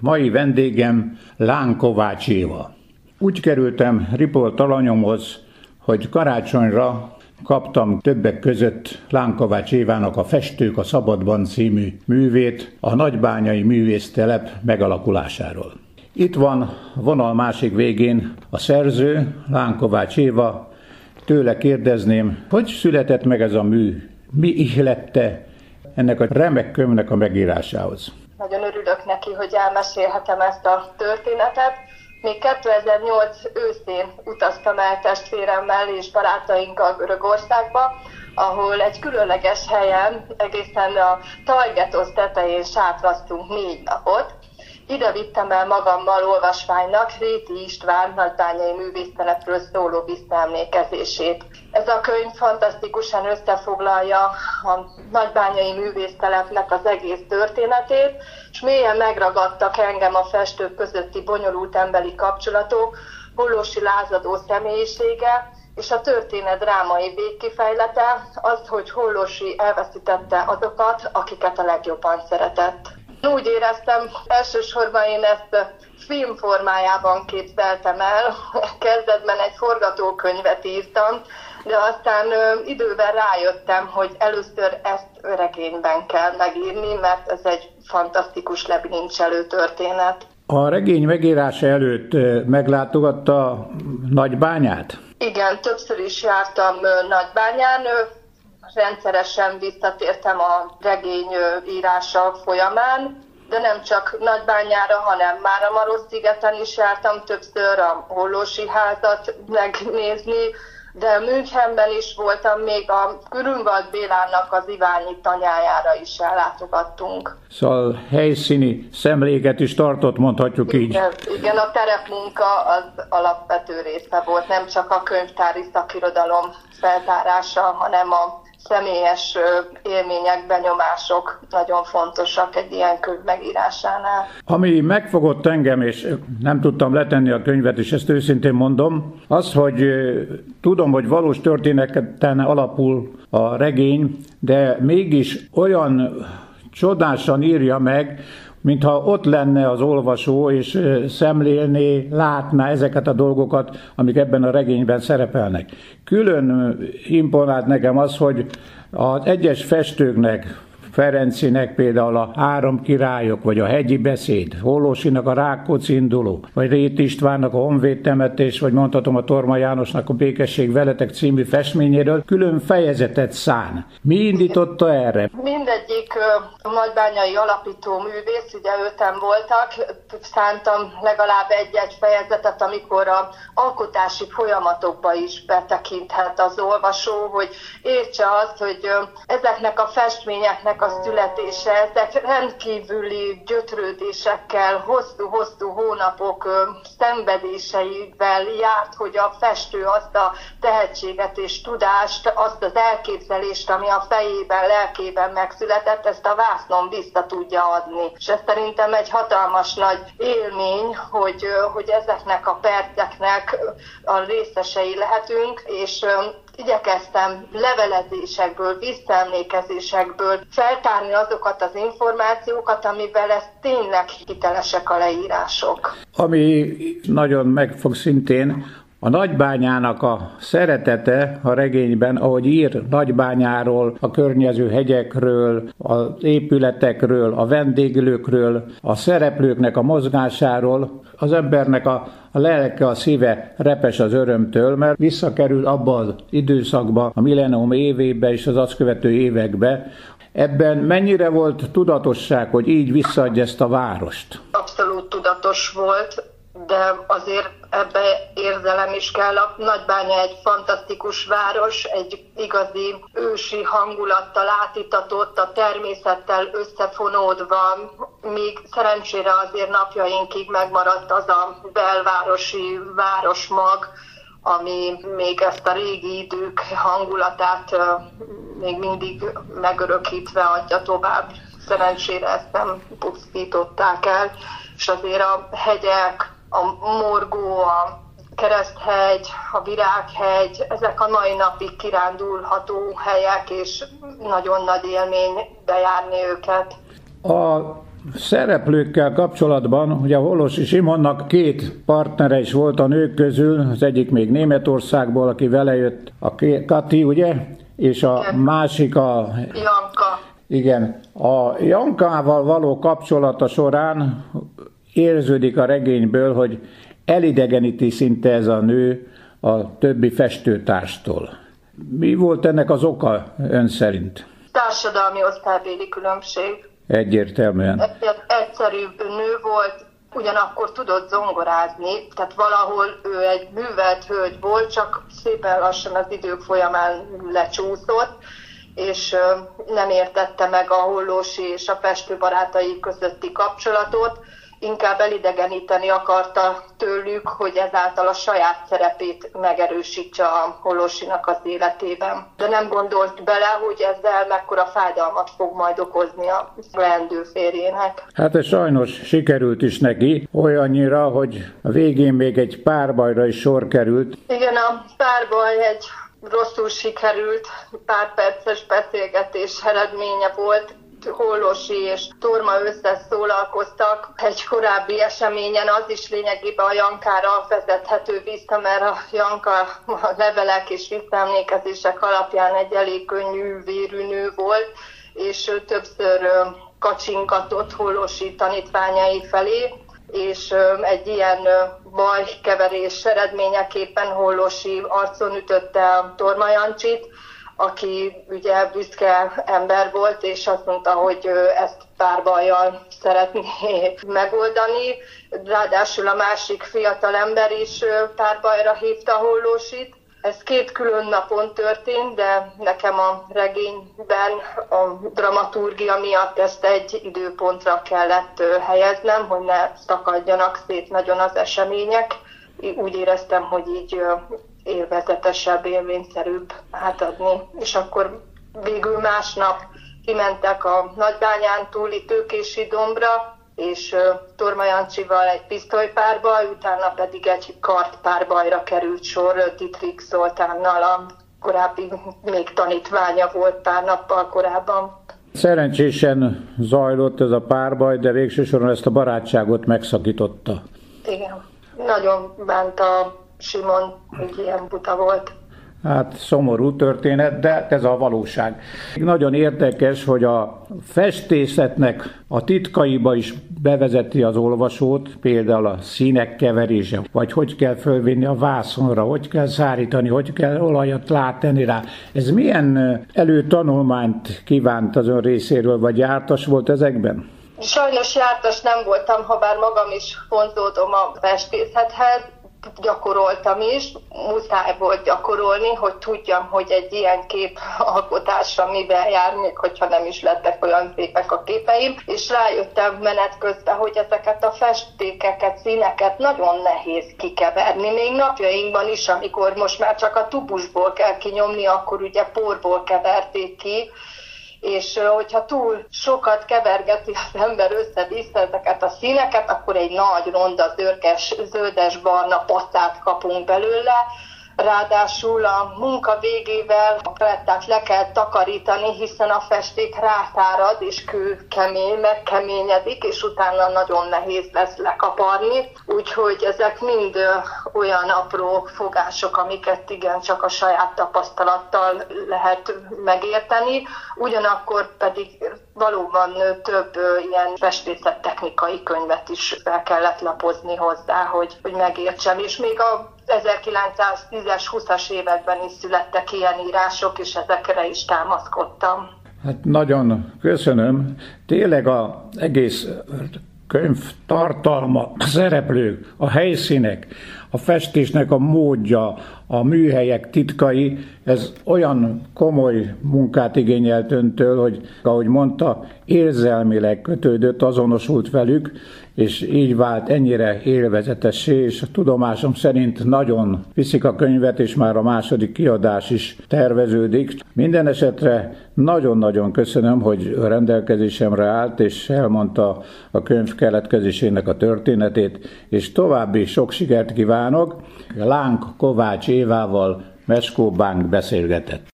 Mai vendégem Láng Kovács Éva. Úgy kerültem ripolt alanyomhoz, hogy karácsonyra kaptam többek között Láng Kovács Évának a Festők a Szabadban című művét a nagybányai művésztelep megalakulásáról. Itt van a vonal másik végén a szerző, Láng Kovács Éva. Tőle kérdezném, hogy született meg ez a mű? Mi ihlette ennek a remek könyvnek a megírásához? Nagyon örülök neki, hogy elmesélhetem ezt a történetet. Még 2008 őszén utaztam el testvéremmel és barátainkkal Görögországba, ahol egy különleges helyen, egészen a Tajgetosz tetején sátraztunk 4 napot. Ide vittem el magammal olvasmánynak Réti István nagybányai művésztelepről szóló visszaemlékezését. Ez a könyv fantasztikusan összefoglalja a nagybányai művésztelepnek az egész történetét, és mélyen megragadtak engem a festők közötti bonyolult emberi kapcsolatok, Hollósy lázadó személyisége, és a történet drámai végkifejlete, az, hogy Hollósy elveszítette azokat, akiket a legjobban szeretett. Úgy éreztem, elsősorban én ezt film formájában képzeltem el. Kezdetben egy forgatókönyvet írtam, de aztán idővel rájöttem, hogy először ezt regényben kell megírni, mert ez egy fantasztikus lebilincselő történet. A regény megírása előtt meglátogatta Nagybányát? Igen, többször is jártam Nagybányán. Rendszeresen visszatértem a regény írása folyamán, de nem csak Nagybányára, hanem Máramarosszigeten is jártam többször a Hollósy házat megnézni, de Münchenben is voltam, még a Grünwald Bélának az Iványi tanyájára is ellátogattunk. Szóval helyszíni szemléket is tartott, mondhatjuk így. Igen, a terepmunka az alapvető része volt, nem csak a könyvtári szakirodalom feltárása, hanem a személyes élmények, benyomások nagyon fontosak egy ilyen könyv megírásánál. Ami megfogott engem, és nem tudtam letenni a könyvet, és ezt őszintén mondom, az, hogy tudom, hogy valós történeten alapul a regény, de mégis olyan csodásan írja meg, mintha ott lenne az olvasó, és szemlélné, látná ezeket a dolgokat, amik ebben a regényben szerepelnek. Külön imponált nekem az, hogy az egyes festőknek, Ferencinek például a Három királyok, vagy a Hegyi beszéd, Hollósynak a Rákóczi induló, vagy Réti Istvánnak a Honvéd temetés, vagy mondhatom a Torma Jánosnak a Békesség veletek című festményéről külön fejezetet szán. Mi indította erre? Mindegyik nagybányai alapító művész, ugye 5-en voltak, szántam legalább egy-egy fejezetet, amikor az alkotási folyamatokba is betekinthet az olvasó, hogy értse azt, hogy ezeknek a festményeknek a születése, ezek rendkívüli gyötrődésekkel, hosszú-hosszú hónapok szenvedéseivel járt, hogy a festő azt a tehetséget és tudást, azt az elképzelést, ami a fejében, lelkében megszületett, ezt a vásznon vissza tudja adni. És ez szerintem egy hatalmas nagy élmény, hogy ezeknek a perceknek a részesei lehetünk, és igyekeztem levelezésekből, visszaemlékezésekből feltárni azokat az információkat, amivel ez tényleg hitelesek a leírások. Ami nagyon megfog szintén, a Nagybányának a szeretete a regényben, ahogy ír Nagybányáról, a környező hegyekről, az épületekről, a vendéglőkről, a szereplőknek a mozgásáról, az embernek a lelke, a szíve repes az örömtől, mert visszakerül abba az időszakba, a millennium évébe és az azt követő évekbe. Ebben mennyire volt tudatosság, hogy így visszaadja ezt a várost? Abszolút tudatos volt, de azért ebbe érzelem is kell. A Nagybánya egy fantasztikus város, egy igazi ősi hangulattal átítatott, a természettel összefonódva, míg szerencsére azért napjainkig megmaradt az a belvárosi városmag, ami még ezt a régi idők hangulatát még mindig megörökítve adja tovább. Szerencsére ezt nem pusztították el, és azért a hegyek, a Morgó, a Kereszthegy, a Virághegy, ezek a mai napig kirándulható helyek, és nagyon nagy élmény bejárni őket. A szereplőkkel kapcsolatban, ugye a Hollósy Simonnak két partnere is volt a nők közül, az egyik még Németországból, aki vele jött, a Kati, ugye? És a másik a... Janka. Igen. A Jankával való kapcsolata során érződik a regényből, hogy elidegeníti szinte ez a nő a többi festőtárstól. Mi volt ennek az oka ön szerint? Társadalmi osztálybéli különbség. Egyértelműen. Egyszerűbb nő volt, ugyanakkor tudott zongorázni, tehát valahol ő egy művelt hölgy volt, csak szépen lassan az idők folyamán lecsúszott, és nem értette meg a Hollósy és a festő barátai közötti kapcsolatot, inkább elidegeníteni akarta tőlük, hogy ezáltal a saját szerepét megerősítse a Hollósynak az életében. De nem gondolt bele, hogy ezzel mekkora fájdalmat fog majd okozni a leendő férjének. Hát ez sajnos sikerült is neki, olyannyira, hogy a végén még egy párbajra is sor került. Igen, a párbaj egy rosszul sikerült pár perces beszélgetés eredménye volt. Hollósy és Torma összeszólalkoztak egy korábbi eseményen, az is lényegében a Jankára vezethető vissza, mert a Janka a levelek és visszaemlékezések alapján egy elég könnyű vérű nő volt, és többször kacsingatott Hollósy tanítványai felé, és egy ilyen bajkeverés eredményeképpen Hollósy arcon ütötte a Torma Jancsit, aki ugye büszke ember volt, és azt mondta, hogy ezt párbajjal szeretné megoldani. Ráadásul a másik fiatal ember is párbajra hívta Hollósyt. Ez két külön napon történt, de nekem a regényben a dramaturgia miatt ezt egy időpontra kellett helyeznem, hogy ne szakadjanak szét nagyon az események. Úgy éreztem, hogy így élvezetesebb, élményszerűbb átadni. És akkor végül másnap kimentek a Nagybányán túli Tőkési dombra, és Torma Jancsival egy pisztolypárbaj, utána pedig egy kartpárbajra került sor Dittrich Zoltánnal, a korábbi még tanítványa volt pár nappal korábban. Szerencsésen zajlott ez a párbaj, de végső soron ezt a barátságot megszakította. Igen, nagyon bánta Simon, hogy ilyen buta volt. Hát szomorú történet, de ez a valóság. Nagyon érdekes, hogy a festészetnek a titkaiba is bevezeti az olvasót, például a színek keverése, vagy hogy kell fölvinni a vászonra, hogy kell szárítani, hogy kell olajat rátenni rá. Ez milyen előtanulmányt kívánt az ön részéről, vagy jártas volt ezekben? Sajnos jártas nem voltam, ha bár magam is vonzódom a festészethez, gyakoroltam is, muszáj volt gyakorolni, hogy tudjam, hogy egy ilyen kép alkotásra mivel jár, még hogyha nem is lettek olyan szépek a képeim, és rájöttem menet közben, hogy ezeket a festékeket, színeket nagyon nehéz kikeverni, még napjainkban is, amikor most már csak a tubusból kell kinyomni, akkor ugye porból keverték ki, és hogyha túl sokat kevergeti az ember össze-vissza ezeket a színeket, akkor egy nagy, ronda, zörges, zöldes-barna pattát kapunk belőle. Ráadásul a munka végével a palettát le kell takarítani, hiszen a festék rátárad, és kőkemény, megkeményedik, és utána nagyon nehéz lesz lekaparni. Úgyhogy ezek mind olyan apró fogások, amiket igencsak a saját tapasztalattal lehet megérteni. Ugyanakkor pedig valóban több ilyen festészettechnikai könyvet is fel kellett lapozni hozzá, hogy megértsem. És még a 1910-es, 20-as években is születtek ilyen írások, és ezekre is támaszkodtam. Hát nagyon köszönöm. Tényleg az egész könyv tartalma, a szereplők, a helyszínek, a festésnek a módja, a műhelyek titkai, ez olyan komoly munkát igényelt öntől, hogy, ahogy mondta, érzelmileg kötődött, azonosult velük, és így vált ennyire élvezetessé, és a tudomásom szerint nagyon viszik a könyvet, és már a második kiadás is terveződik. Minden esetre nagyon-nagyon köszönöm, hogy a rendelkezésemre állt, és elmondta a könyv keletkezésének a történetét, és további sok sikert kívánok. Láng Kovács Évával Meskó Bánk beszélgetett.